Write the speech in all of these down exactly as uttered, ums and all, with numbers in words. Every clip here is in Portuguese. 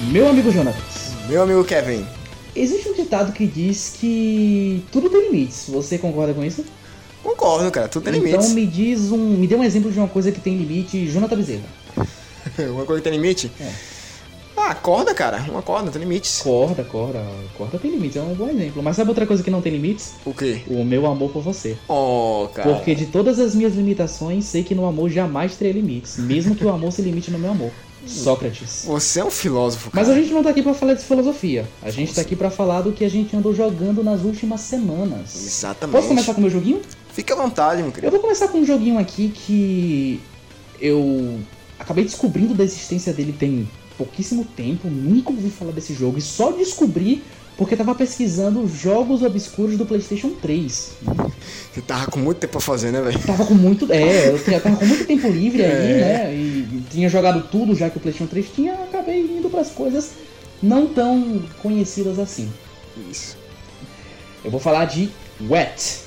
Meu amigo Jonatas. Meu amigo Kevin. Existe um ditado que diz que tudo tem limites. Você concorda com isso? Concordo, cara. Tudo tem então, limites. Então me diz um... Me dê um exemplo de uma coisa que tem limite, Jonathan Bezerra. Uma coisa que tem limite? É. Ah, corda, cara. Uma corda, tem limites. Corda, corda. Corda tem limites, é um bom exemplo. Mas sabe outra coisa que não tem limites? O quê? O meu amor por você. Oh, cara. Porque de todas as minhas limitações, sei que no amor jamais terei limites. Mesmo que o amor se limite no meu amor. Sócrates. Você é um filósofo, cara. Mas a gente não tá aqui pra falar de filosofia. A gente tá aqui pra falar do que a gente andou jogando nas últimas semanas. Exatamente. Posso começar com o meu joguinho? Fique à vontade, meu querido. Eu vou começar com um joguinho aqui que eu acabei descobrindo da existência dele tem pouquíssimo tempo. Nunca ouvi falar desse jogo e só descobri porque tava pesquisando jogos obscuros do PlayStation três. Você tava com muito tempo pra fazer, né, velho? Tava com muito... É, eu tava com muito tempo livre é. aí, né? E, e tinha jogado tudo já que o PlayStation três tinha. Acabei indo pras coisas não tão conhecidas assim. Isso. Eu vou falar de Wet.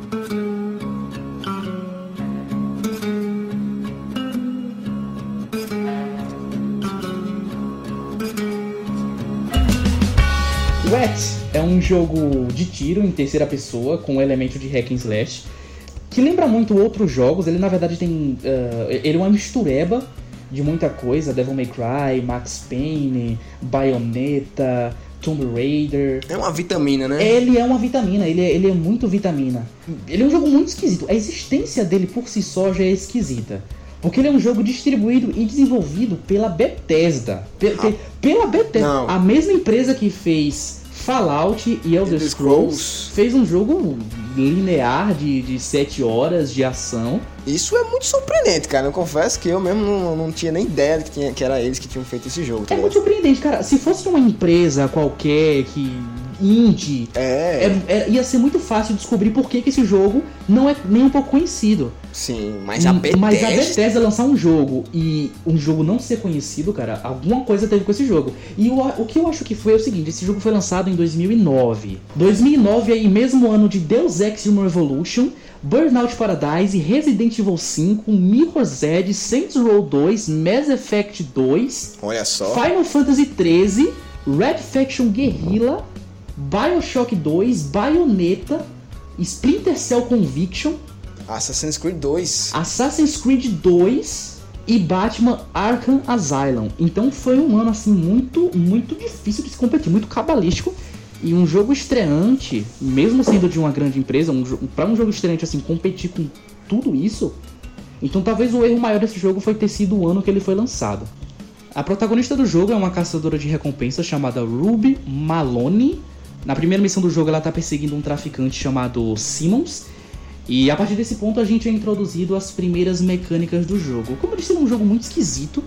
Wet é um jogo de tiro em terceira pessoa com um elemento de hack and slash que lembra muito outros jogos. Ele na verdade tem... Uh, ele é uma mistureba de muita coisa. Devil May Cry, Max Payne, Bayonetta, Tomb Raider. É uma vitamina, né? Ele é uma vitamina, ele é, ele é muito vitamina. Ele é um jogo muito esquisito. A existência dele por si só já é esquisita. Porque ele é um jogo distribuído e desenvolvido pela Bethesda. Pe- ah, pela Bethesda. Não. A mesma empresa que fez Fallout e Elder Scrolls fez um jogo linear de, de sete horas de ação. Isso é muito surpreendente, cara. Eu confesso que eu mesmo não, não tinha nem ideia que, tinha, que era eles que tinham feito esse jogo. Tá é muito surpreendente, cara. Se fosse uma empresa qualquer que... indie, é. É, é, ia ser muito fácil descobrir por que, que esse jogo não é nem um pouco conhecido. Sim, mas a Bethesda... Mas a Bethesda lançar um jogo e um jogo não ser conhecido, cara, alguma coisa teve com esse jogo. E o, o que eu acho que foi é o seguinte, esse jogo foi lançado em dois mil e nove. dois mil e nove aí, mesmo ano de Deus Ex Human Revolution, Burnout Paradise, Resident Evil cinco, Mirror's Edge, Saints Row dois, Mass Effect dois, olha só, Final Fantasy treze, Red Faction Guerrilla, BioShock dois, Bayonetta, Splinter Cell Conviction, Assassin's Creed dois, Assassin's Creed dois e Batman Arkham Asylum. Então foi um ano assim muito, muito difícil de se competir, muito cabalístico. E um jogo estreante, mesmo sendo de uma grande empresa, um, para um jogo estreante assim competir com tudo isso, então talvez o erro maior desse jogo foi ter sido o ano que ele foi lançado. A protagonista do jogo é uma caçadora de recompensas chamada Ruby Maloney. Na primeira missão do jogo ela está perseguindo um traficante chamado Simmons. E a partir desse ponto a gente é introduzido às primeiras mecânicas do jogo. Como eu disse, ele é um jogo muito esquisito.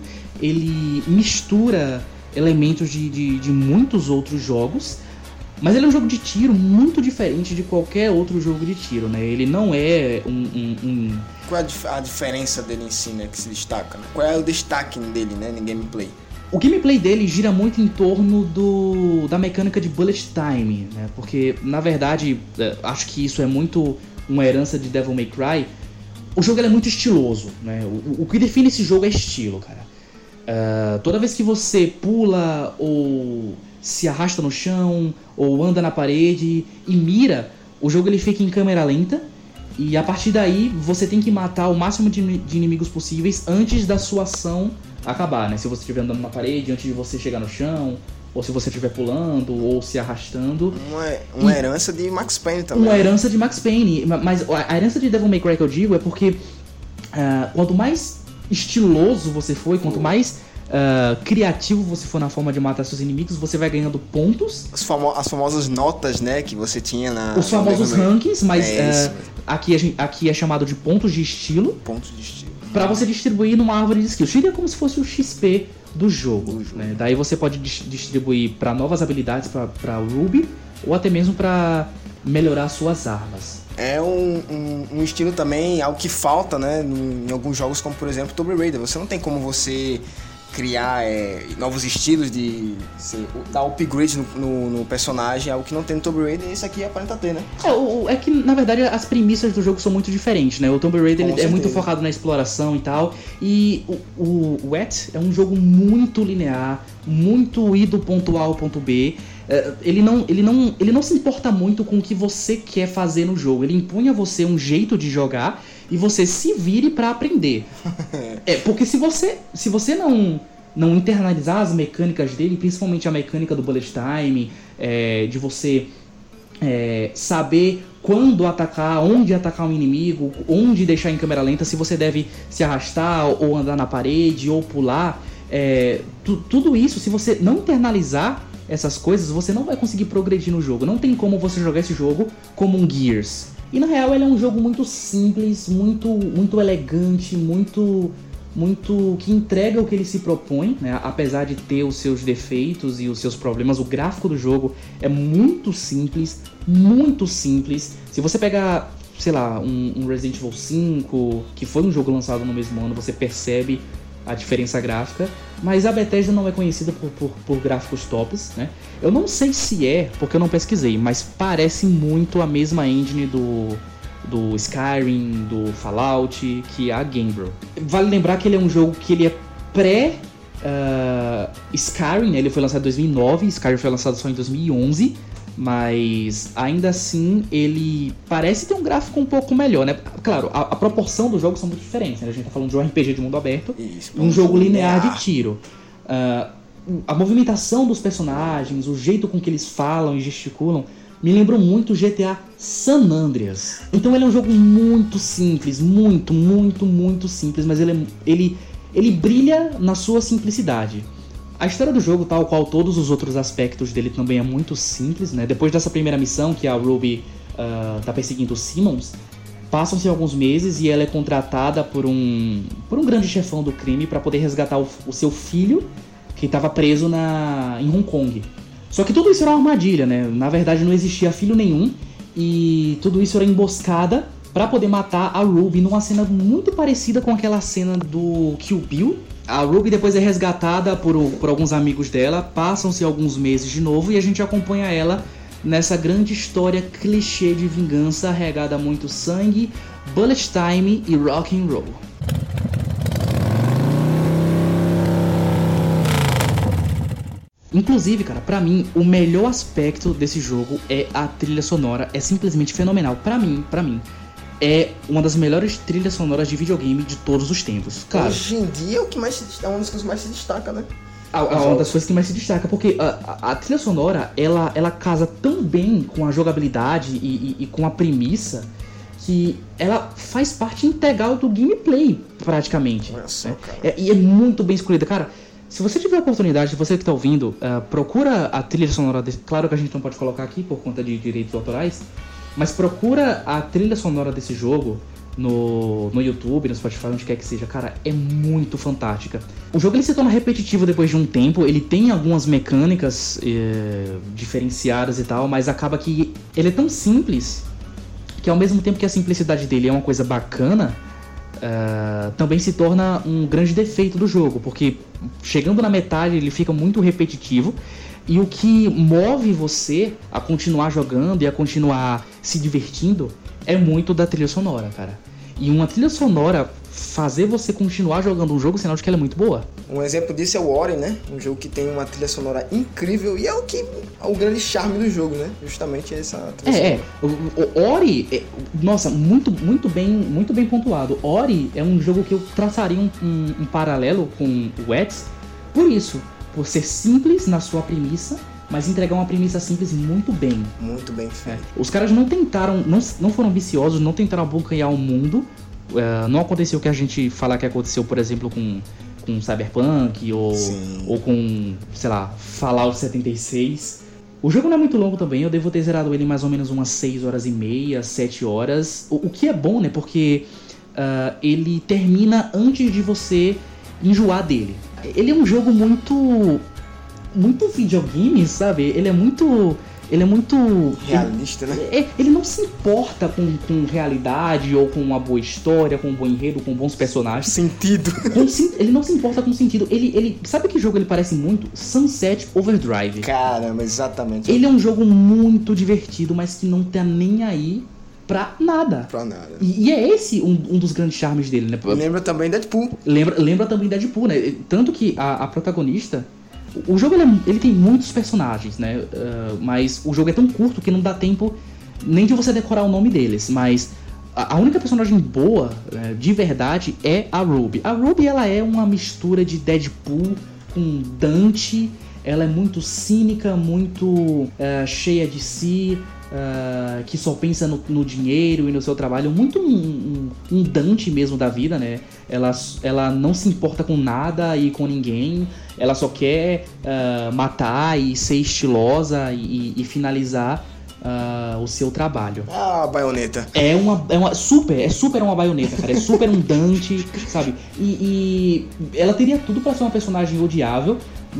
Ele mistura elementos de, de, de muitos outros jogos. Mas ele é um jogo de tiro muito diferente de qualquer outro jogo de tiro, né? Ele não é um... um, um... Qual é a, dif- a diferença dele em si, né, que se destaca? Né? Qual é o destaque dele, né, no gameplay? O gameplay dele gira muito em torno do, da mecânica de bullet time, né? Porque, na verdade, acho que isso é muito uma herança de Devil May Cry. O jogo ele é muito estiloso, né? O, o que define esse jogo é estilo, cara. Uh, toda vez que você pula ou se arrasta no chão ou anda na parede e mira, o jogo ele fica em câmera lenta. E a partir daí você tem que matar o máximo de, de inimigos possíveis antes da sua ação acabar, né? Se você estiver andando na parede, antes de você chegar no chão, ou se você estiver pulando, ou se arrastando. Uma, uma e, herança de Max Payne também. Uma herança de Max Payne. Mas a herança de Devil May Cry que eu digo é porque uh, quanto mais estiloso você for, quanto mais uh, criativo você for na forma de matar seus inimigos, você vai ganhando pontos. As, famo- as famosas notas, né, que você tinha na... Os famosos rankings, mas é uh, aqui, é, aqui é chamado de pontos de estilo. Pontos de estilo. Pra você distribuir numa árvore de skills. Seria como se fosse o X P do jogo. Do jogo. Né? Daí você pode dis- distribuir para novas habilidades para o Ruby, ou até mesmo para melhorar suas armas. É um, um, um estilo também, algo que falta, né, em alguns jogos como, por exemplo, Tomb Raider. Você não tem como você criar é, novos estilos, de assim, dar upgrade no, no, no personagem, algo que não tem no Tomb Raider, e isso aqui aparenta ter, né? É, o, é que, na verdade, as premissas do jogo são muito diferentes, né? O Tomb Raider ele é muito focado na exploração e tal, e o, o, o Wet é um jogo muito linear, muito ir do ponto A ao ponto B. Ele não, ele, não, ele não se importa muito com o que você quer fazer no jogo. Ele impõe a você um jeito de jogar e você se vire pra aprender. É, porque se você, se você não, não internalizar as mecânicas dele, principalmente a mecânica do bullet time, é, de você é, saber quando atacar, onde atacar um inimigo, onde deixar em câmera lenta, se você deve se arrastar ou andar na parede ou pular, é, tu, tudo isso, se você não internalizar essas coisas, você não vai conseguir progredir no jogo. Não tem como você jogar esse jogo como um Gears. E na real ele é um jogo muito simples, muito, muito elegante, muito, muito que entrega o que ele se propõe, né? Apesar de ter os seus defeitos e os seus problemas, o gráfico do jogo é muito simples, muito simples. Se você pegar, sei lá, um, um Resident Evil cinco, que foi um jogo lançado no mesmo ano, você percebe a diferença gráfica, mas a Bethesda não é conhecida por, por, por gráficos tops, né? Eu não sei se é, porque eu não pesquisei, mas parece muito a mesma engine do, do Skyrim, do Fallout, que é a Gamebryo. Vale lembrar que ele é um jogo que ele é pré uh, Skyrim, né? Ele foi lançado em dois mil e nove, Skyrim foi lançado só em dois mil e onze, mas ainda assim ele parece ter um gráfico um pouco melhor, né? Claro, a, a proporção dos jogos são muito diferentes, né? A gente tá falando de um R P G de mundo aberto e um jogo linear de tiro. Uh, a movimentação dos personagens, o jeito com que eles falam e gesticulam me lembrou muito o G T A San Andreas. Então ele é um jogo muito simples, muito, muito, muito simples, mas ele, é, ele, ele brilha na sua simplicidade. A história do jogo, tal qual todos os outros aspectos dele, também é muito simples, né? Depois dessa primeira missão, que a Ruby uh, tá perseguindo o Simmons, passam-se alguns meses e ela é contratada por um, por um grande chefão do crime para poder resgatar o, o seu filho, que estava preso na, em Hong Kong. Só que tudo isso era uma armadilha, né? Na verdade não existia filho nenhum, e tudo isso era emboscada para poder matar a Ruby numa cena muito parecida com aquela cena do Kill Bill. A Ruby depois é resgatada por, por alguns amigos dela, passam-se alguns meses de novo e a gente acompanha ela nessa grande história clichê de vingança regada a muito sangue, bullet time e rock and roll. Inclusive, cara, pra mim, o melhor aspecto desse jogo é a trilha sonora, é simplesmente fenomenal. Pra mim, pra mim. É uma das melhores trilhas sonoras de videogame de todos os tempos. Claro. Hoje em dia é o que mais se, é uma das coisas que mais se destaca, né? É uma das coisas que mais se destaca, porque a, a, a trilha sonora, ela, ela casa tão bem com a jogabilidade e, e, e com a premissa, que ela faz parte integral do gameplay, praticamente. Olha só, né? cara. É, e é muito bem escolhida. Cara, se você tiver a oportunidade, você que tá ouvindo, uh, procura a trilha sonora desse... Claro que a gente não pode colocar aqui por conta de direitos autorais, mas procura a trilha sonora desse jogo no, no YouTube, no Spotify, onde quer que seja. Cara, é muito fantástica. O jogo ele se torna repetitivo depois de um tempo. Ele tem algumas mecânicas é, diferenciadas e tal, mas acaba que ele é tão simples que ao mesmo tempo que a simplicidade dele é uma coisa bacana, uh, também se torna um grande defeito do jogo, porque chegando na metade ele fica muito repetitivo. E o que move você a continuar jogando e a continuar se divertindo é muito da trilha sonora, cara. E uma trilha sonora fazer você continuar jogando um jogo, sinal de que ela é muito boa. Um exemplo disso é o Ori, né? Um jogo que tem uma trilha sonora incrível e é o que é o grande charme do jogo, né? Justamente essa trilha é, sonora. É, o, o Ori, é, nossa, muito, muito bem, muito bem pontuado. Ori é um jogo que eu traçaria um, um, um paralelo com o Wets por isso. Por ser simples na sua premissa, mas entregar uma premissa simples muito bem. Muito bem feito. É. Os caras não tentaram, não, não foram ambiciosos, não tentaram abocanhar o mundo. Uh, não aconteceu o que a gente fala que aconteceu, por exemplo, com, com Cyberpunk ou, ou com, sei lá, Fallout setenta e seis. O jogo não é muito longo também, eu devo ter zerado ele em mais ou menos umas seis horas e meia, sete horas. O, o que é bom, né, porque uh, ele termina antes de você enjoar dele. Ele é um jogo muito muito videogame, sabe? Ele é muito ele é muito... realista, ele, né? É, ele não se importa com, com realidade, ou com uma boa história, com um bom enredo, com bons personagens. Sentido. Com, ele não se importa com sentido. Ele, ele, sabe que jogo ele parece muito? Sunset Overdrive. Caramba, exatamente. Ele é um jogo muito divertido, mas que não tá nem aí pra nada. Pra nada. E, e é esse um, um dos grandes charmes dele, né? Lembra também Deadpool. Lembra, lembra também Deadpool, né? Tanto que a, a protagonista... O jogo ele, é, ele tem muitos personagens, né? Uh, mas o jogo é tão curto que não dá tempo nem de você decorar o nome deles. Mas a, a única personagem boa, uh, de verdade, é a Ruby. A Ruby, ela é uma mistura de Deadpool com Dante. Ela é muito cínica, muito uh, cheia de si, uh, que só pensa no, no dinheiro e no seu trabalho. Muito um, um, um Dante mesmo da vida, né? Ela, ela não se importa com nada e com ninguém. Ela só quer uh, matar e ser estilosa e, e finalizar uh, o seu trabalho. Ah, baioneta. É uma, é uma super, é super uma baioneta, cara. É super um Dante, sabe? E, e ela teria tudo pra ser uma personagem odiável,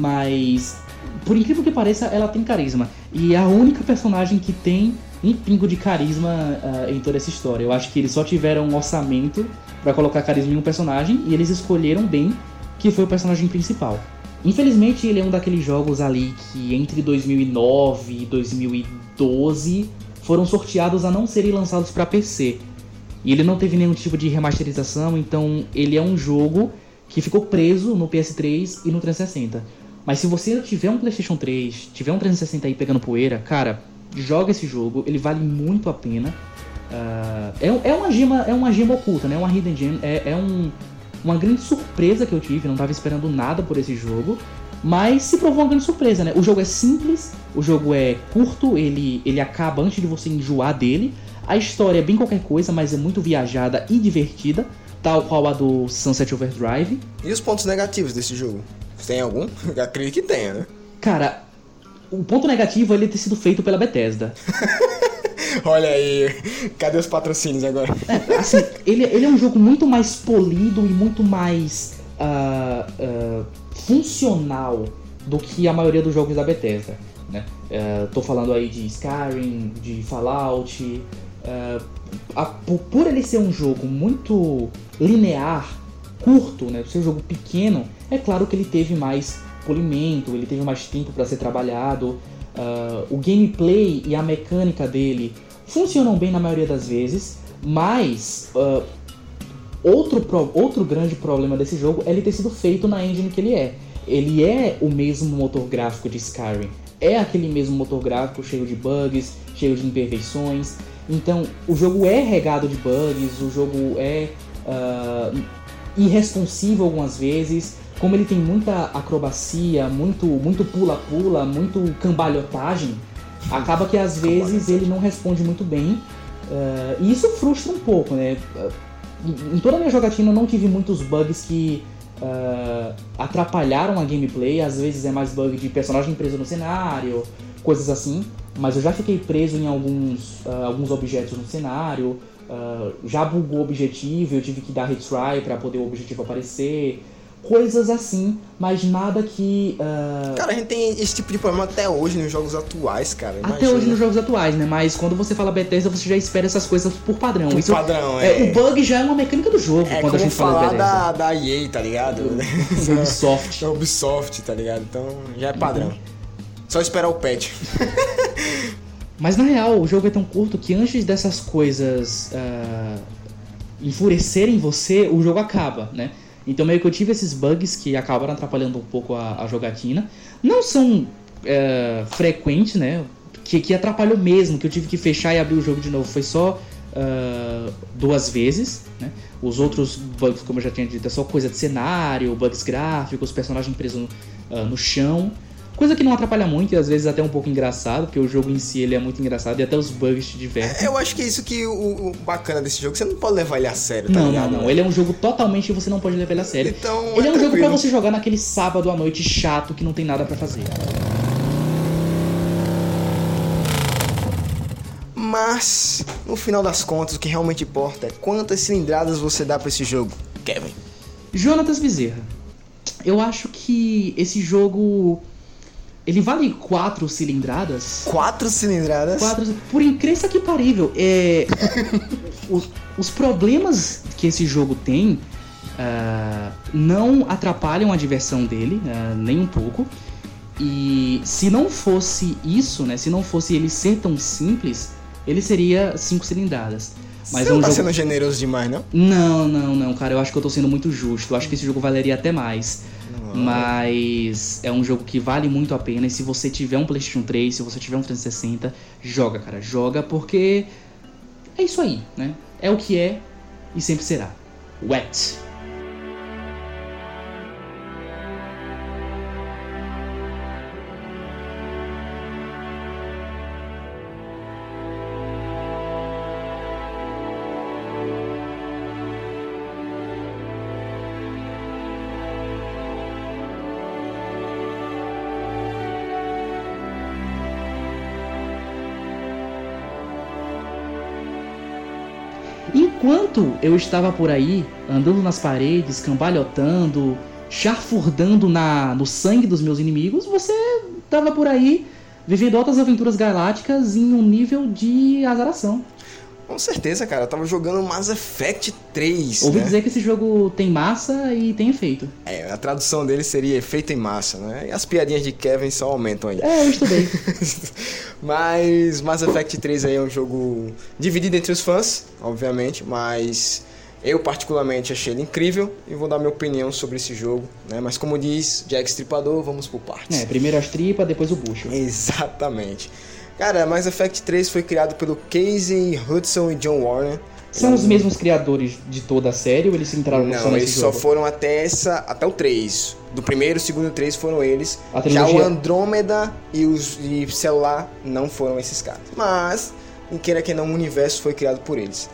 mas por incrível que pareça, ela tem carisma. E é a única personagem que tem um pingo de carisma uh, em toda essa história. Eu acho que eles só tiveram um orçamento pra colocar carisma em um personagem e eles escolheram bem que foi o personagem principal. Infelizmente, ele é um daqueles jogos ali que entre dois mil e nove e dois mil e doze foram sorteados a não serem lançados para P C. E ele não teve nenhum tipo de remasterização, então ele é um jogo que ficou preso no P S três e no trezentos e sessenta. Mas se você tiver um PlayStation três, tiver um trezentos e sessenta aí pegando poeira, cara, joga esse jogo, ele vale muito a pena. Uh, é, é, uma gema, é uma gema oculta, né? Uma hidden gem, é, é um... uma grande surpresa que eu tive, não estava esperando nada por esse jogo, mas se provou uma grande surpresa, né? O jogo é simples, o jogo é curto, ele, ele acaba antes de você enjoar dele, a história é bem qualquer coisa, mas é muito viajada e divertida, tal qual a do Sunset Overdrive. E os pontos negativos desse jogo? Tem algum? Eu acredito que tenha, né? Cara, o ponto negativo é ele ter sido feito pela Bethesda. Olha aí, cadê os patrocínios agora? É, assim, ele, ele é um jogo muito mais polido e muito mais uh, uh, funcional do que a maioria dos jogos da Bethesda, né? Uh, tô falando aí de Skyrim, de Fallout. Uh, a, por, por ele ser um jogo muito linear, curto, né? Por ser um jogo pequeno, é claro que ele teve mais polimento, ele teve mais tempo para ser trabalhado. Uh, o gameplay e a mecânica dele funcionam bem na maioria das vezes, mas uh, outro, pro, outro grande problema desse jogo é ele ter sido feito na engine que ele é. Ele é o mesmo motor gráfico de Skyrim, é aquele mesmo motor gráfico cheio de bugs, cheio de imperfeições. Então o jogo é regado de bugs, o jogo é uh, irresponsivo algumas vezes. Como ele tem muita acrobacia, muito muito pula-pula, muito cambalhotagem, acaba que às vezes ele não responde muito bem. Uh, e isso frustra um pouco, né? Em toda a minha jogatina eu não tive muitos bugs que uh, atrapalharam a gameplay. Às vezes é mais bug de personagem preso no cenário, coisas assim. Mas eu já fiquei preso em alguns, uh, alguns objetos no cenário. Uh, já bugou o objetivo, eu tive que dar retry para poder o objetivo aparecer. Coisas assim, mas nada que... Uh... Cara, a gente tem esse tipo de problema até hoje nos jogos atuais, cara. Imagina. Até hoje nos jogos atuais, né? Mas quando você fala Bethesda, você já espera essas coisas por padrão. Por Isso, padrão, é. é. O bug já é uma mecânica do jogo, é quando a gente fala falar Bethesda. da, da E A, tá ligado? Do Ubisoft. Da Ubisoft, tá ligado? Então já é padrão. Uhum. Só esperar o patch. Mas na real, o jogo é tão curto que antes dessas coisas uh, enfurecerem você, o jogo acaba, né? Então meio que eu tive esses bugs que acabaram atrapalhando um pouco a, a jogatina. Não são é, frequentes, né? Que, que atrapalhou mesmo, que eu tive que fechar e abrir o jogo de novo. Foi só uh, duas vezes, né? Os outros bugs, como eu já tinha dito, é só coisa de cenário, bugs gráficos, personagem preso uh, no chão. Coisa que não atrapalha muito e às vezes até um pouco engraçado, porque o jogo em si ele é muito engraçado e até os bugs te divertem. Eu acho que é isso que o, o bacana desse jogo, você não pode levar ele a sério, tá não, ligado? Não, não, ele é um jogo totalmente que você não pode levar ele a sério. Então, ele é, é um tranquilo. jogo pra você jogar naquele sábado à noite chato que não tem nada pra fazer. Mas, no final das contas, o que realmente importa é quantas cilindradas você dá pra esse jogo, Kevin. Jonatas Bezerra, eu acho que esse jogo Ele vale quatro cilindradas. Quatro cilindradas? Quatro, por incrível que parível. É, os, os problemas que esse jogo tem uh, não atrapalham a diversão dele, uh, nem um pouco. E se não fosse isso, né? Se não fosse ele ser tão simples, ele seria cinco cilindradas. Mas Você é um não tá jogo... sendo generoso demais, não? Não, não, não, cara. Eu acho que eu tô sendo muito justo. Eu acho que esse jogo valeria até mais. Não. Mas é um jogo que vale muito a pena. E se você tiver um PlayStation três, se você tiver um trezentos e sessenta, joga, cara. Joga porque é isso aí, né? É o que é e sempre será. Wet. Enquanto eu estava por aí, andando nas paredes, cambalhotando, chafurdando na, no sangue dos meus inimigos, você estava por aí vivendo altas aventuras galácticas em um nível de azaração. Com certeza, cara. Eu tava jogando Mass Effect três, Ouvi né? dizer que esse jogo tem massa e tem efeito. É, a tradução dele seria efeito em massa, né? E as piadinhas de Kevin só aumentam aí. É, eu estudei. Mas Mass Effect três aí é um jogo dividido entre os fãs, obviamente, mas eu particularmente achei ele incrível e vou dar minha opinião sobre esse jogo, né? Mas como diz Jack Stripador, vamos por partes. É, primeiro as tripas, depois o bucho. Exatamente. Cara, Mass Effect três foi criado pelo Casey Hudson e John Warner. São os mesmos criadores de toda a série ou eles entraram Não, só nesse eles jogo? só foram até essa, até o três. Do primeiro, segundo e três foram eles. A Já trilogia- o Andrômeda e os e celular não foram esses caras. Mas, em queira que não, o universo foi criado por eles.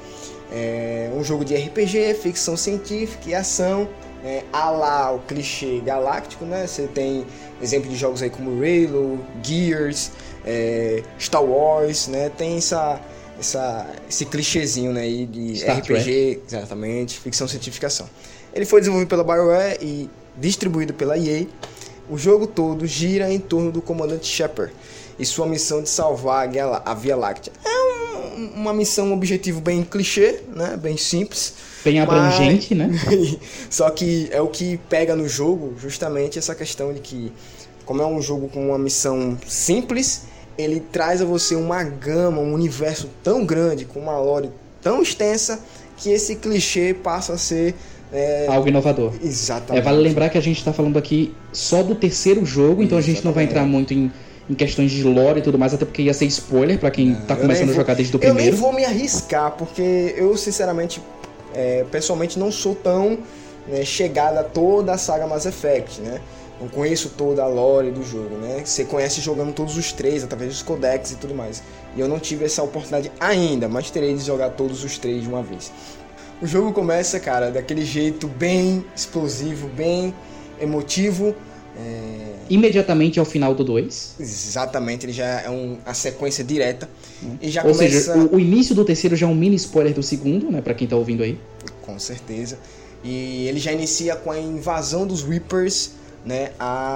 É um jogo de R P G, ficção científica e ação. É, a lá o clichê galáctico, né? Você tem exemplo de jogos aí como Halo, Gears, é, Star Wars, né? Tem essa... Essa, esse clichêzinho, né, aí de Star R P G, exatamente, ficção científica e ação. Ele foi desenvolvido pela BioWare e distribuído pela E A. O jogo todo gira em torno do comandante Shepard e sua missão de salvar a, Gala- a Via Láctea. É um, uma missão, um objetivo bem clichê, né, bem simples. Bem abrangente, mas... né? Só que é o que pega no jogo, justamente essa questão de que, como é um jogo com uma missão simples, ele traz a você uma gama, um universo tão grande, com uma lore tão extensa, que esse clichê passa a ser... É... Algo inovador. Exatamente. É, vale lembrar que a gente está falando aqui só do terceiro jogo, então a gente não vai Exatamente. entrar muito em, em questões de lore e tudo mais, até porque ia ser spoiler pra quem tá Eu começando nem a vou- jogar desde o Eu nem primeiro. vou me arriscar, porque eu, sinceramente, é, pessoalmente não sou tão né, chegado a toda a saga Mass Effect, né? Não conheço toda a lore do jogo, né? Você conhece jogando todos os três, através dos codecs e tudo mais. E eu não tive essa oportunidade ainda, mas terei de jogar todos os três de uma vez. O jogo começa, cara, daquele jeito bem explosivo, bem emotivo. É... Imediatamente ao final do dois. Exatamente, ele já é um, a sequência direta. E já Ou começa... seja, o, o início do terceiro já é um mini spoiler do segundo, né? Pra quem tá ouvindo aí. Com certeza. E ele já inicia com a invasão dos Reapers, né,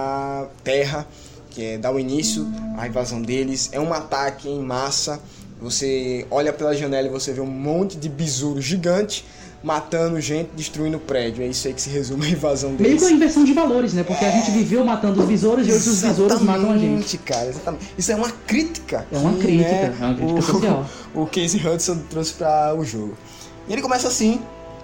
à Terra, que é, dá o início à invasão deles. É um ataque em massa. Você olha pela janela e você vê um monte de besouro gigante matando gente, destruindo prédio. É isso aí que se resume a invasão Meio deles. que uma inversão de valores, né? Porque a gente viveu matando os besouros e hoje os besouros matam a gente. Exatamente, cara, exatamente. Isso é uma crítica. É uma que, crítica, né, é uma crítica o, social. O Casey Hudson trouxe para o jogo. E ele começa assim.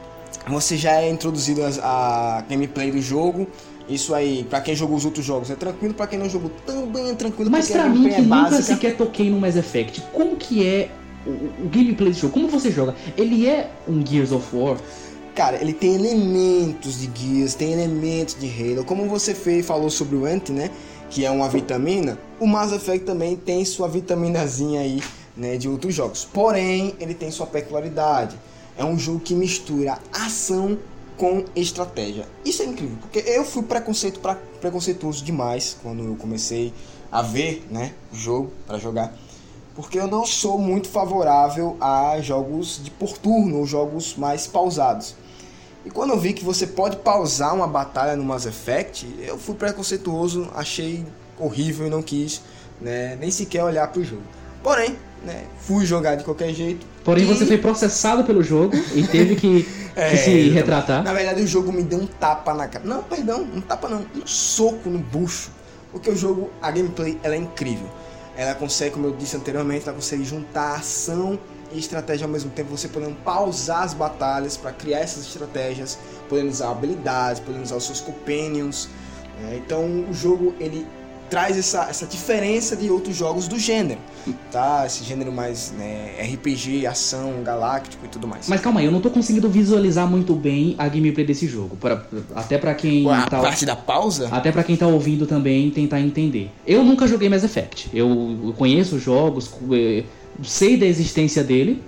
Você já é introduzido a, a gameplay do jogo. Isso aí, pra quem jogou os outros jogos é tranquilo, pra quem não jogou também é tranquilo. Mas porque a pra mim, gameplay que é nunca básica. sequer toquei no Mass Effect, como que é o, o gameplay do jogo? Como você joga? Ele é um Gears of War? Cara, ele tem elementos de Gears, tem elementos de Halo. Como você fez, falou sobre o Ant, né? Que é uma vitamina. O Mass Effect também tem sua vitaminazinha aí, né? De outros jogos. Porém, ele tem sua peculiaridade. É um jogo que mistura ação com estratégia. Isso é incrível, porque eu fui preconceito pra, preconceituoso demais quando eu comecei a ver, né, o jogo para jogar. Porque eu não sou muito favorável a jogos de por turno ou jogos mais pausados. E quando eu vi que você pode pausar uma batalha no Mass Effect, eu fui preconceituoso, achei horrível e não quis, né, nem sequer olhar pro jogo. Porém, né, fui jogar de qualquer jeito. Porém, e... você foi processado pelo jogo e teve que, é, que se retratar. Na verdade, o jogo me deu um tapa na cara. Não, perdão, um tapa não, um soco no bucho. Porque o jogo, a gameplay, ela é incrível. Ela consegue, como eu disse anteriormente, ela consegue juntar ação e estratégia ao mesmo tempo. Você podendo pausar as batalhas para criar essas estratégias, podendo usar habilidades, podendo usar os seus companions. Né? Então, o jogo, ele traz essa, essa diferença de outros jogos do gênero, tá? Esse gênero mais, né, R P G, ação, galáctico e tudo mais. Mas calma aí, eu não tô conseguindo visualizar muito bem a gameplay desse jogo. Pra, até pra quem a tá... parte da pausa? Até pra quem tá ouvindo também tentar entender. Eu nunca joguei Mass Effect. Eu conheço os jogos, sei da existência dele,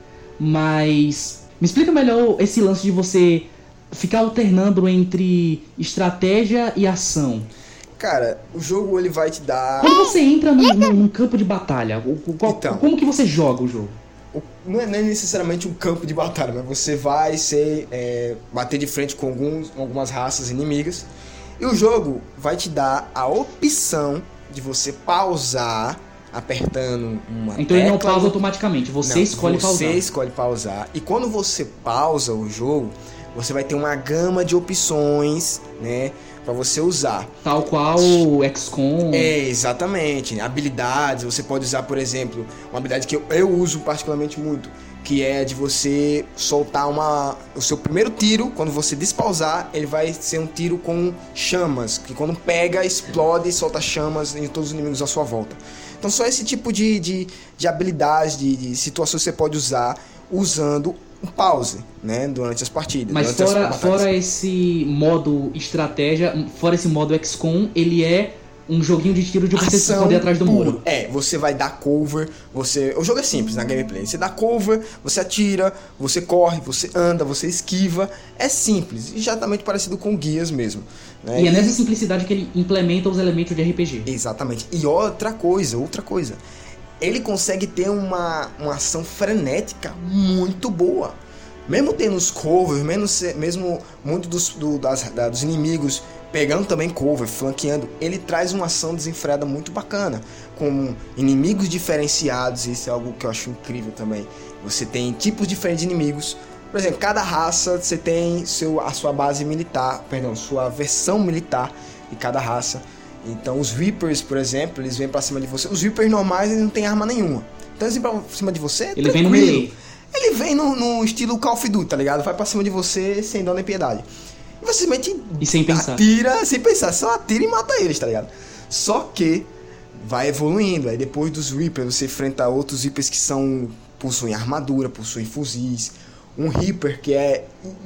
mas me explica melhor esse lance de você ficar alternando entre estratégia e ação. Cara, o jogo ele vai te dar... Quando você entra num, num, num campo de batalha, qual, então, como que você joga o jogo? Não é nem necessariamente um campo de batalha, mas você vai ser, é, bater de frente com alguns, algumas raças inimigas. E o jogo vai te dar a opção de você pausar apertando uma Então tecla. ele não pausa automaticamente, você não, escolhe você pausar. Você escolhe pausar. E quando você pausa o jogo, você vai ter uma gama de opções, né, para você usar. Tal qual o X COM. É, exatamente. Habilidades, você pode usar, por exemplo, uma habilidade que eu, eu uso particularmente muito, que é de você soltar uma... O seu primeiro tiro, quando você despausar, ele vai ser um tiro com chamas, que quando pega, explode e solta chamas em todos os inimigos à sua volta. Então só esse tipo de, de, de habilidade, de, de situações que você pode usar usando um pause, né, durante as partidas. Mas fora, fora esse modo estratégia, fora esse modo X COM, ele é um joguinho de tiro de você se esconder atrás do puro. muro. É, você vai dar cover, você... O jogo é simples na gameplay. Você dá cover, você atira, você corre, você anda, você esquiva. É simples, exatamente parecido com Gears mesmo. Né? E é nessa simplicidade que ele implementa os elementos de R P G. Exatamente. E outra coisa, outra coisa. Ele consegue ter uma, uma ação frenética muito boa. Mesmo tendo os covers, mesmo, mesmo muito dos, do, das, da, dos inimigos pegando também cover, flanqueando, ele traz uma ação desenfreada muito bacana, com inimigos diferenciados. Isso é algo que eu acho incrível também. Você tem tipos diferentes de inimigos. Por exemplo, cada raça você tem seu, a sua base militar, perdão, sua versão militar de cada raça. Então os Reapers, por exemplo, eles vêm pra cima de você. Os Reapers normais, eles não tem arma nenhuma. Então eles vêm pra cima de você, ele vem no melee. Ele vem no, no estilo Call of Duty, tá ligado? Vai pra cima de você sem dó nem piedade. E você simplesmente e sem pensar. atira, sem pensar, só atira e mata eles, tá ligado? Só que vai evoluindo. Aí depois dos Reapers você enfrenta outros Reapers que são, possuem armadura, possuem fuzis. Um Reaper que é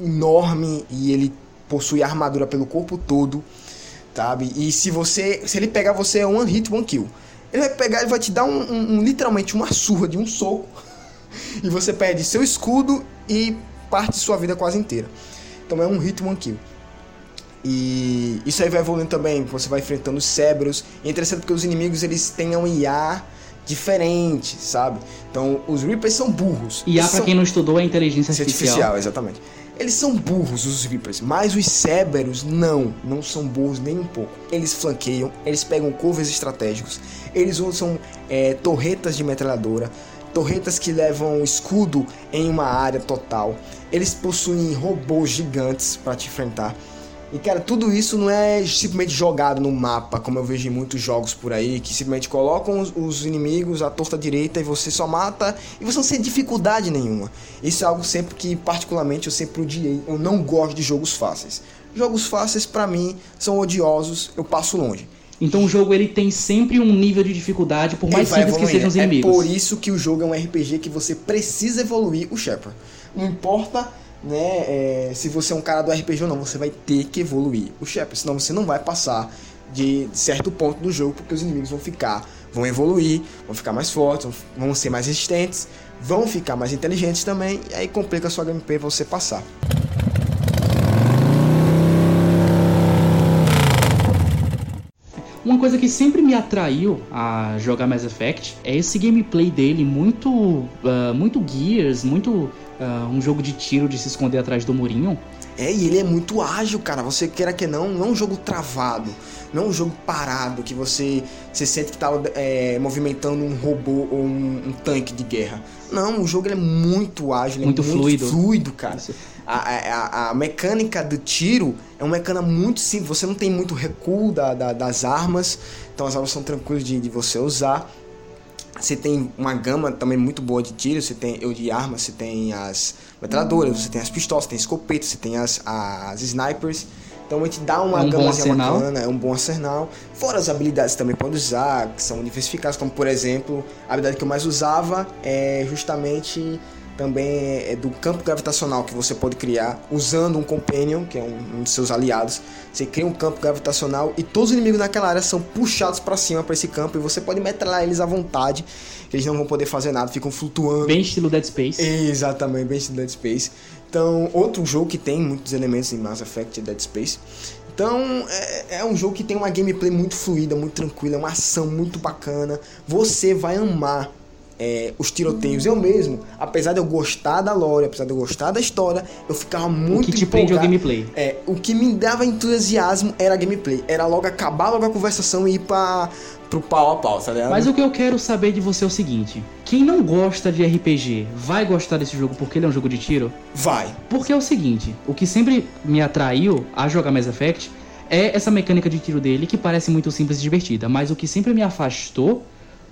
enorme e ele possui armadura pelo corpo todo, sabe? E se você, se ele pegar você é one hit, one kill. Ele vai pegar, ele vai te dar um, um, um, literalmente uma surra de um soco e você perde seu escudo e parte de sua vida quase inteira. Então é um hit, one kill. E isso aí vai evoluindo também, você vai enfrentando os Cerberus. E é interessante porque os inimigos eles têm um I A diferente, sabe? Então os Reapers são burros. I A, pra são... quem não estudou, é inteligência artificial. artificial, exatamente. Eles são burros, os Reapers, mas os Cerberus não, não são burros nem um pouco. Eles flanqueiam, eles pegam covers estratégicos, eles usam é, torretas de metralhadora, torretas que levam escudo em uma área total. Eles possuem robôs gigantes para te enfrentar. E cara, tudo isso não é simplesmente jogado no mapa, como eu vejo em muitos jogos por aí, que simplesmente colocam os, os inimigos à torta direita e você só mata e você não sente dificuldade nenhuma. Isso é algo sempre que particularmente eu sempre odiei. Eu não gosto de jogos fáceis. Jogos fáceis pra mim são odiosos, eu passo longe. Então o jogo ele tem sempre um nível de dificuldade, por mais simples que sejam os inimigos. É por isso que o jogo é um R P G que você precisa evoluir o Shepard. Não importa, né, é, se você é um cara do R P G ou não, você vai ter que evoluir o Shepard, senão você não vai passar de certo ponto do jogo, porque os inimigos vão ficar, vão evoluir, vão ficar mais fortes, vão ser mais resistentes, vão ficar mais inteligentes também, e aí complica a sua gameplay pra você passar. Uma coisa que sempre me atraiu a jogar Mass Effect é esse gameplay dele muito, uh, muito Gears, muito uh, um jogo de tiro de se esconder atrás do murinho. É, e ele é muito ágil, cara. Você queira que não, não é um jogo travado, não é um jogo parado, que você, você sente que tá é, movimentando um robô ou um, um tanque de guerra. Não, o jogo ele é muito ágil, muito, é muito fluido. fluido, cara. A, a, a mecânica do tiro é uma mecânica muito simples. Você não tem muito recuo da, da, das armas, então as armas são tranquilas de, de você usar. Você tem uma gama também muito boa de tiro, você tem, eu de armas, você tem as metralhadoras, você tem as pistolas, você tem escopetas, você tem as, as snipers. Então a gente dá uma é um gama bacana, é um bom arsenal. Fora as habilidades que também pode usar, que são diversificadas, como por exemplo, a habilidade que eu mais usava é justamente também é do campo gravitacional que você pode criar usando um companion, que é um, um de seus aliados. Você cria um campo gravitacional e todos os inimigos naquela área são puxados para cima, para esse campo, e você pode metralhar eles à vontade, eles não vão poder fazer nada, ficam flutuando. Bem estilo Dead Space. Exatamente, bem estilo Dead Space. Então, outro jogo que tem muitos elementos em Mass Effect é Dead Space. Então, é, é um jogo que tem uma gameplay muito fluida, muito tranquila, uma ação muito bacana. Você vai amar É, os tiroteios. Eu mesmo, apesar de eu gostar da lore, apesar de eu gostar da história, eu ficava muito empolgado. O que te prende é o gameplay. É, o que me dava entusiasmo era a gameplay. Era logo acabar logo a conversação e ir pra, pro pau a pau, tá ligado? Mas o que eu quero saber de você é o seguinte: quem não gosta de R P G vai gostar desse jogo porque ele é um jogo de tiro? Vai. Porque é o seguinte, o que sempre me atraiu a jogar Mass Effect é essa mecânica de tiro dele, que parece muito simples e divertida, mas o que sempre me afastou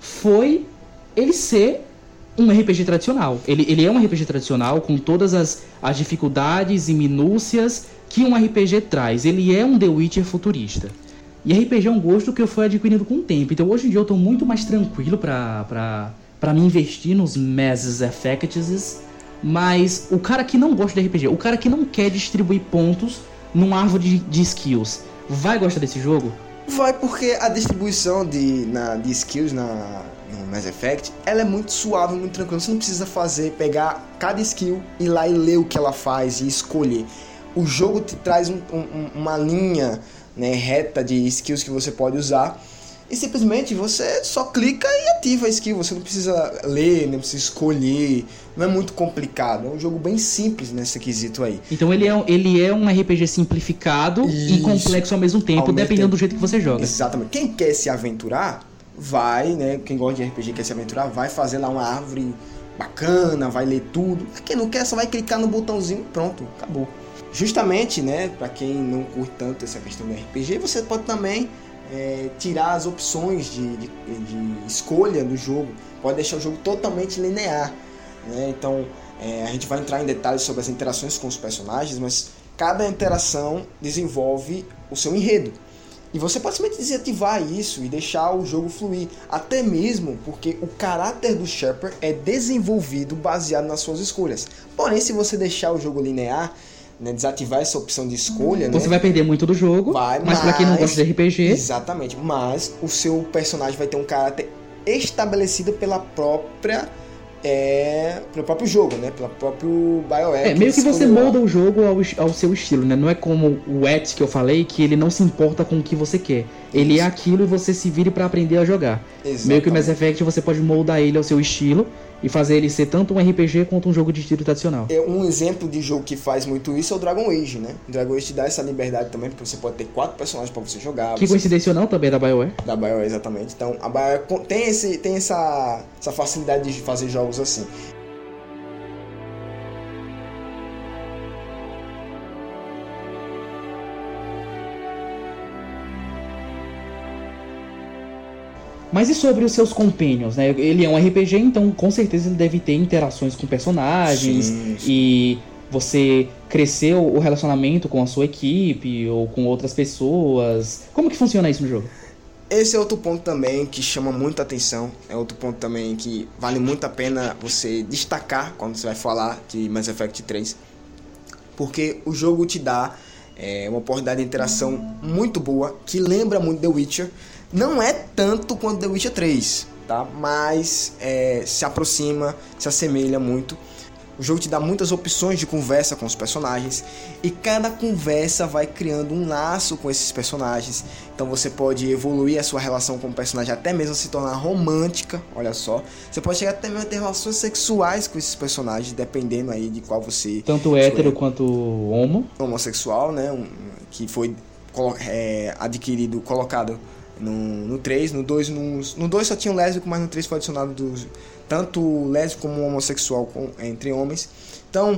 foi ele ser um R P G tradicional. Ele, ele é um R P G tradicional com todas as, as dificuldades e minúcias que um R P G traz. Ele é um The Witcher futurista. E R P G é um gosto que eu fui adquirindo com o tempo. Então hoje em dia eu tô muito mais tranquilo pra, pra, pra me investir nos Mass Effects. Mas o cara que não gosta de R P G, o cara que não quer distribuir pontos numa árvore de, de skills, vai gostar desse jogo? Vai, porque a distribuição de, na, de skills na, no Mass Effect, ela é muito suave, muito tranquila. Você não precisa fazer, pegar cada skill, ir lá e ler o que ela faz e escolher. O jogo te traz um, um, uma linha, né, reta de skills que você pode usar, e simplesmente você só clica e ativa a skill. Você não precisa ler, nem precisa escolher. Não é muito complicado. É um jogo bem simples nesse quesito aí. Então ele é, ele é um R P G simplificado Isso. e complexo ao mesmo tempo, ao dependendo mesmo do jeito que você joga. Exatamente. Quem quer se aventurar, vai, né? Quem gosta de R P G quer se aventurar, vai fazer lá uma árvore bacana, vai ler tudo. Quem não quer, só vai clicar no botãozinho, pronto, acabou. Justamente, né? Pra quem não curte tanto essa questão do R P G, você pode também É, tirar as opções de, de, de escolha do jogo, pode deixar o jogo totalmente linear, né? Então é, a gente vai entrar em detalhes sobre as interações com os personagens, mas cada interação desenvolve o seu enredo, e você pode simplesmente desativar isso e deixar o jogo fluir, até mesmo porque o caráter do Shepard é desenvolvido baseado nas suas escolhas. Porém, se você deixar o jogo linear, né, desativar essa opção de escolha, você né, vai perder muito do jogo, vai, mas, mas pra quem não gosta de R P G, exatamente, mas o seu personagem vai ter um caráter estabelecido pela própria é, pelo próprio jogo, né, pelo próprio BioWare. É, meio que você molda o jogo ao, ao seu estilo, né? Não é como o Wet que eu falei, que ele não se importa com o que você quer. Ele Isso. é aquilo e você se vire pra aprender a jogar. Exatamente. Meio que o Mass Effect você pode moldar ele ao seu estilo e fazer ele ser tanto um R P G quanto um jogo de tiro tradicional. É um exemplo de jogo que faz muito isso é o Dragon Age, né? O Dragon Age te dá essa liberdade também, porque você pode ter quatro personagens para você jogar. Que você... coincidência ou não, também é da BioWare. Da BioWare, exatamente. Então, a BioWare tem, esse, tem essa, essa facilidade de fazer jogos assim. Mas e sobre os seus companions, né? Ele é um R P G, então com certeza ele deve ter interações com personagens. Sim, sim. E você crescer o relacionamento com a sua equipe ou com outras pessoas. Como que funciona isso no jogo? Esse é outro ponto também que chama muita atenção. É outro ponto também que vale muito a pena você destacar quando você vai falar de Mass Effect três. Porque o jogo te dá é, uma oportunidade de interação muito boa, que lembra muito The Witcher. Não é tanto quanto The Witcher três, tá? Mas é, se aproxima, se assemelha muito. O jogo te dá muitas opções de conversa com os personagens e cada conversa vai criando um laço com esses personagens. Então você pode evoluir a sua relação com o personagem até mesmo se tornar romântica, olha só. Você pode chegar até mesmo a ter relações sexuais com esses personagens, dependendo aí de qual você... Tanto hétero quanto homo. Homossexual, né? Um, que foi é, adquirido, colocado no, no três, no dois, no, no dois só tinha um lésbico, mas no três foi adicionado dos, tanto lésbico como homossexual com, entre homens. Então,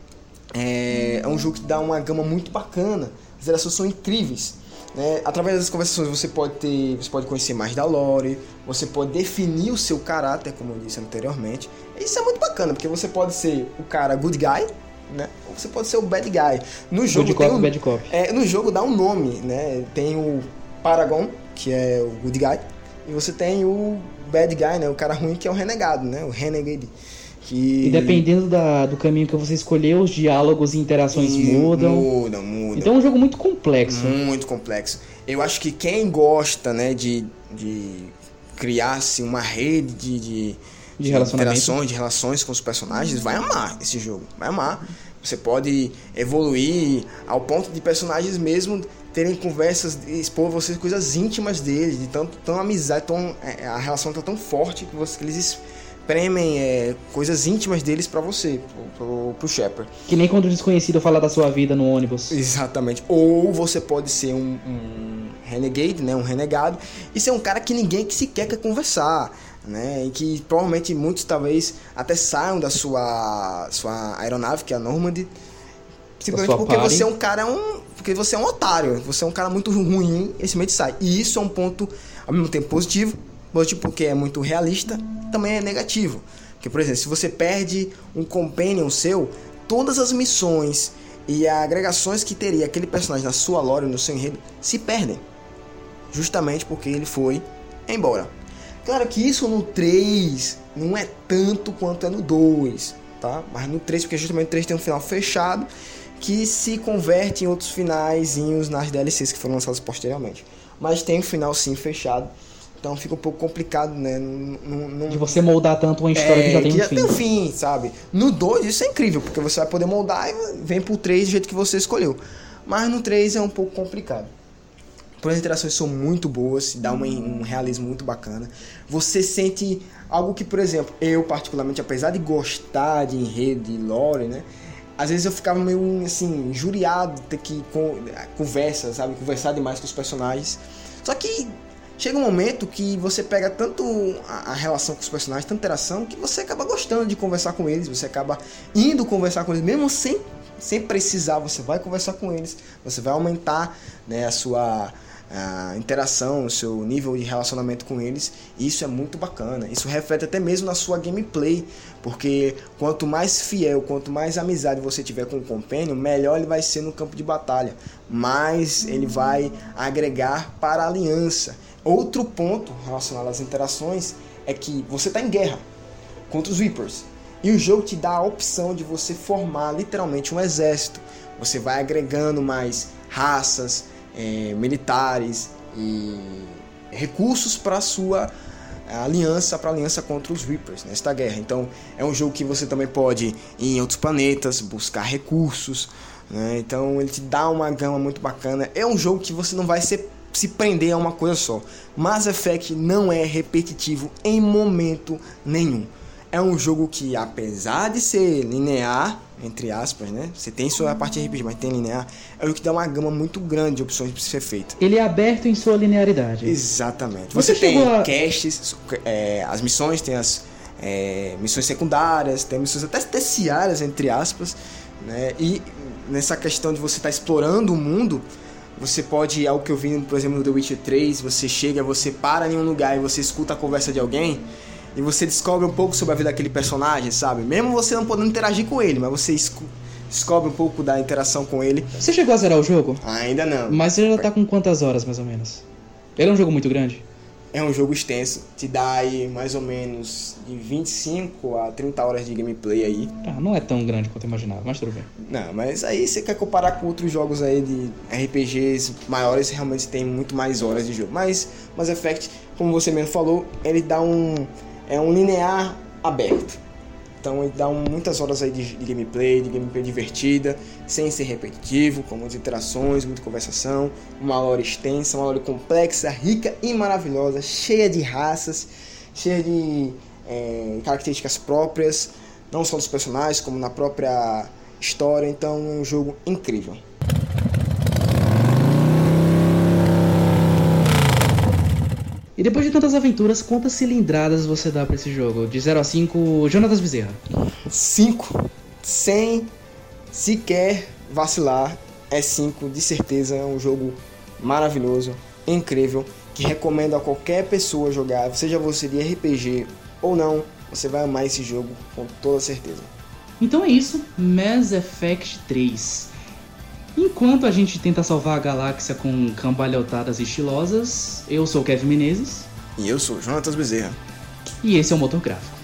é, é um jogo que dá uma gama muito bacana, as interações são incríveis, né? Através das conversações você pode ter, você pode conhecer mais da lore, você pode definir o seu caráter, como eu disse anteriormente. Isso é muito bacana, porque você pode ser o cara good guy, né? Ou você pode ser o bad guy. No jogo good tem cop, um, bad cop. É, no jogo dá um nome, né? Tem o Paragon, que é o good guy, e você tem o bad guy, né? O cara ruim, que é o renegado, né? O renegade. Que... E dependendo da, do caminho que você escolher, os diálogos e interações e mudam. Mudam, mudam. Então é um jogo muito complexo. Muito complexo. Eu acho que quem gosta, né, de, de criar assim, uma rede de, de, de, de interações, de relações com os personagens, vai amar esse jogo. Vai amar. Você pode evoluir ao ponto de personagens mesmo terem conversas, expor você coisas íntimas deles, de tanto tão amizade, tão, a relação tá tão forte que, você, que eles premem é, coisas íntimas deles pra você, pro, pro, pro Shepard. Que nem quando o desconhecido fala da sua vida no ônibus. Exatamente. Ou você pode ser um, um renegade, né, um renegado, e ser um cara que ninguém que sequer quer conversar, né, e que provavelmente muitos talvez até saiam da sua, sua aeronave, que é a Normandy, simplesmente porque party. você é um cara, um, porque você é um otário, você é um cara muito ruim, e simplesmente sai. E isso é um ponto ao mesmo tempo positivo, positivo porque é muito realista, também é negativo. Porque, por exemplo, se você perde um companion seu, todas as missões e agregações que teria aquele personagem na sua lore, no seu enredo, se perdem. Justamente porque ele foi embora. Claro que isso no três não é tanto quanto é no dois, tá? Mas no três, porque justamente o três tem um final fechado que se converte em outros finaizinhos nas D L Cs que foram lançadas posteriormente. Mas tem um final sim fechado. Então fica um pouco complicado, né? Não, não... De você moldar tanto uma história é, que já tem que um já fim. tem um fim, sabe? No dois isso é incrível, porque você vai poder moldar e vem pro três do jeito que você escolheu. Mas no três é um pouco complicado. Porém, as interações são muito boas, dá uma, um realismo muito bacana. Você sente algo que, por exemplo, eu particularmente, apesar de gostar de enredo e lore, né? Às vezes eu ficava meio, assim, injuriado ter que conversa, sabe? Conversar demais com os personagens. Só que chega um momento que você pega tanto a, a relação com os personagens, tanta interação, que você acaba gostando de conversar com eles, você acaba indo conversar com eles, mesmo sem, sem precisar, você vai conversar com eles, você vai aumentar, né, a sua a interação, o seu nível de relacionamento com eles, e isso é muito bacana. Isso reflete até mesmo na sua gameplay, porque quanto mais fiel, quanto mais amizade você tiver com o companion, melhor ele vai ser no campo de batalha, mais ele vai agregar para a aliança. Outro ponto relacionado às interações é que você está em guerra contra os Reapers, e o jogo te dá a opção de você formar literalmente um exército. Você vai agregando mais raças, É, militares e recursos para a sua aliança, para a aliança contra os Reapers nesta guerra. Então é um jogo que você também pode ir em outros planetas, buscar recursos, né? Então ele te dá uma gama muito bacana. É um jogo que você não vai se, se prender a uma coisa só. Mass Effect não é repetitivo em momento nenhum. É um jogo que, apesar de ser linear, entre aspas, né? Você tem sua parte R P G, mas tem linear. É o que dá uma gama muito grande de opções para ser feita. Ele é aberto em sua linearidade. Exatamente. Você, Você tem a... quests, é, as missões, tem as é, missões secundárias, tem missões até terciárias, entre aspas, né? E nessa questão de você estar tá explorando o mundo, você pode, algo que eu vi, por exemplo, no The Witcher três, você chega, você para em um lugar e você escuta a conversa de alguém, e você descobre um pouco sobre a vida daquele personagem, sabe? Mesmo você não podendo interagir com ele, mas você escu- descobre um pouco da interação com ele. Você chegou a zerar o jogo? Ainda não. Mas você já tá com quantas horas, mais ou menos? Ele é um jogo muito grande? É um jogo extenso. Te dá aí mais ou menos de vinte e cinco a trinta horas de gameplay aí. Ah, não é tão grande quanto eu imaginava, mas tudo bem. Não, mas aí você quer comparar com outros jogos aí de R P Gs maiores, realmente tem muito mais horas de jogo. Mas Mass Effect, como você mesmo falou, ele dá um... é um linear aberto. Então ele dá um, muitas horas aí de, de gameplay, de gameplay divertida, sem ser repetitivo, com muitas interações, muita conversação, uma lore extensa, uma lore complexa, rica e maravilhosa, cheia de raças, cheia de é, características próprias, não só dos personagens, como na própria história. Então é um jogo incrível. E depois de tantas aventuras, quantas cilindradas você dá pra esse jogo? De zero a cinco, Jonatas Bezerra. cinco, sem sequer vacilar, é cinco, de certeza. É um jogo maravilhoso, incrível, que recomendo a qualquer pessoa jogar, seja você de R P G ou não, você vai amar esse jogo com toda certeza. Então é isso, Mass Effect três. Enquanto a gente tenta salvar a galáxia com cambalhotadas estilosas, eu sou o Kevin Menezes. E eu sou o Jonatas Bezerra. E esse é o Motor Gráfico.